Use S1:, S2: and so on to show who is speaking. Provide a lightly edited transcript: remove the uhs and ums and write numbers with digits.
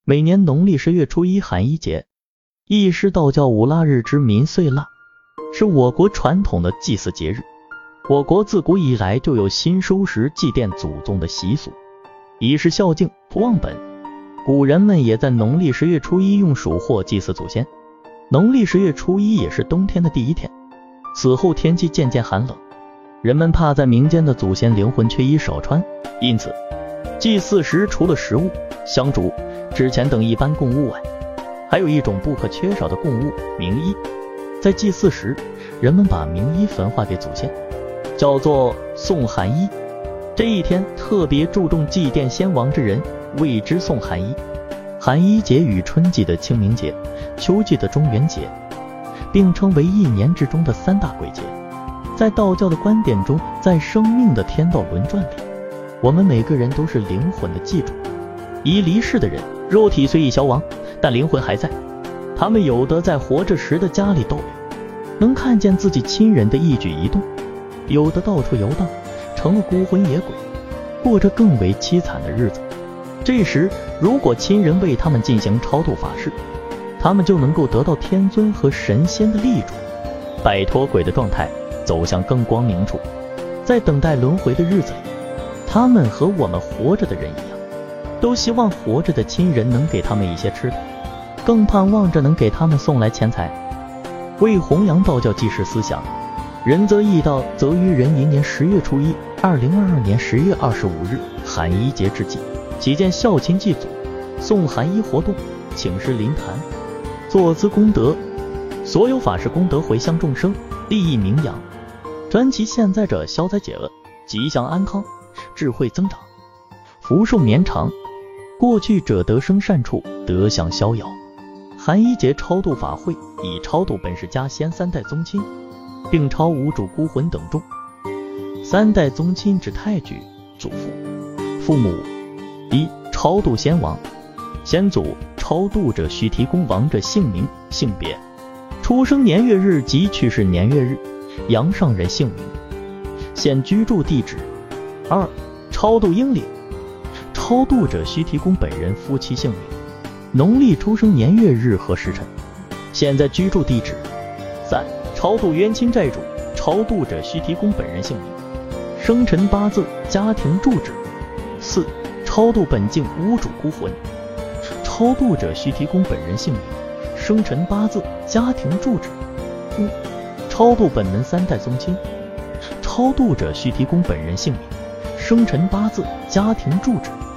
S1: 每年农历10月初一寒衣节，亦是道教五腊日之民岁腊，是我国传统的祭祀节日。我国自古以来就有新收时祭奠祖宗的习俗，以示孝敬不忘本。古人们也在农历10月初一用蜀货祭祀祖先。农历10月初一也是冬天的第一天，此后天气渐渐寒冷，人们怕在民间的祖先灵魂缺衣少穿，因此祭祀时除了食物、香烛、纸钱等一般供物外，还有一种不可缺少的供物——冥衣。在祭祀时，人们把冥衣焚化给祖先，叫做送寒衣。这一天特别注重祭奠先亡之人，谓之送寒衣。寒衣节与春季的清明节、秋季的中元节并称为一年之中的3大鬼节。在道教的观点中，在生命的天道轮转里，我们每个人都是灵魂的祭主。已离世的人，肉体虽已消亡，但灵魂还在。他们有的在活着时的家里逗留，能看见自己亲人的一举一动；有的到处游荡，成了孤魂野鬼，过着更为凄惨的日子。这时，如果亲人为他们进行超度法事，他们就能够得到天尊和神仙的力助，摆脱鬼的状态，走向更光明处。在等待轮回的日子里，他们和我们活着的人一样，都希望活着的亲人能给他们一些吃的，更盼望着能给他们送来钱财。为弘扬道教祭祀思想，仁泽义道则于壬寅年10月初一，2022年10月25日寒衣节之际，起见孝亲祭祖、送寒衣活动，请示灵坛，作资功德，所有法事功德回向众生，利益名扬，专其现在者消灾解厄，吉祥安康，智慧增长，福寿绵长，过去者得生善处，德享逍遥。寒衣节超度法会以超度本世家先3代宗亲，并超无主孤魂等众。3代宗亲指太举、祖父、父母。1. 超度先亡。先祖超度者需提供亡者姓名、性别、出生年月日及去世年月日，阳上人姓名、现居住地址。2. 超度婴灵。超度者需提供本人夫妻姓名、农历出生年月日和时辰，现在居住地址。3. 超度冤亲债主。超度者需提供本人姓名、生辰八字、家庭住址。4. 超度本境屋主孤魂。超度者需提供本人姓名、生辰八字、家庭住址。5. 超度本门3代宗亲。超度者需提供本人姓名、生辰八字、家庭住址。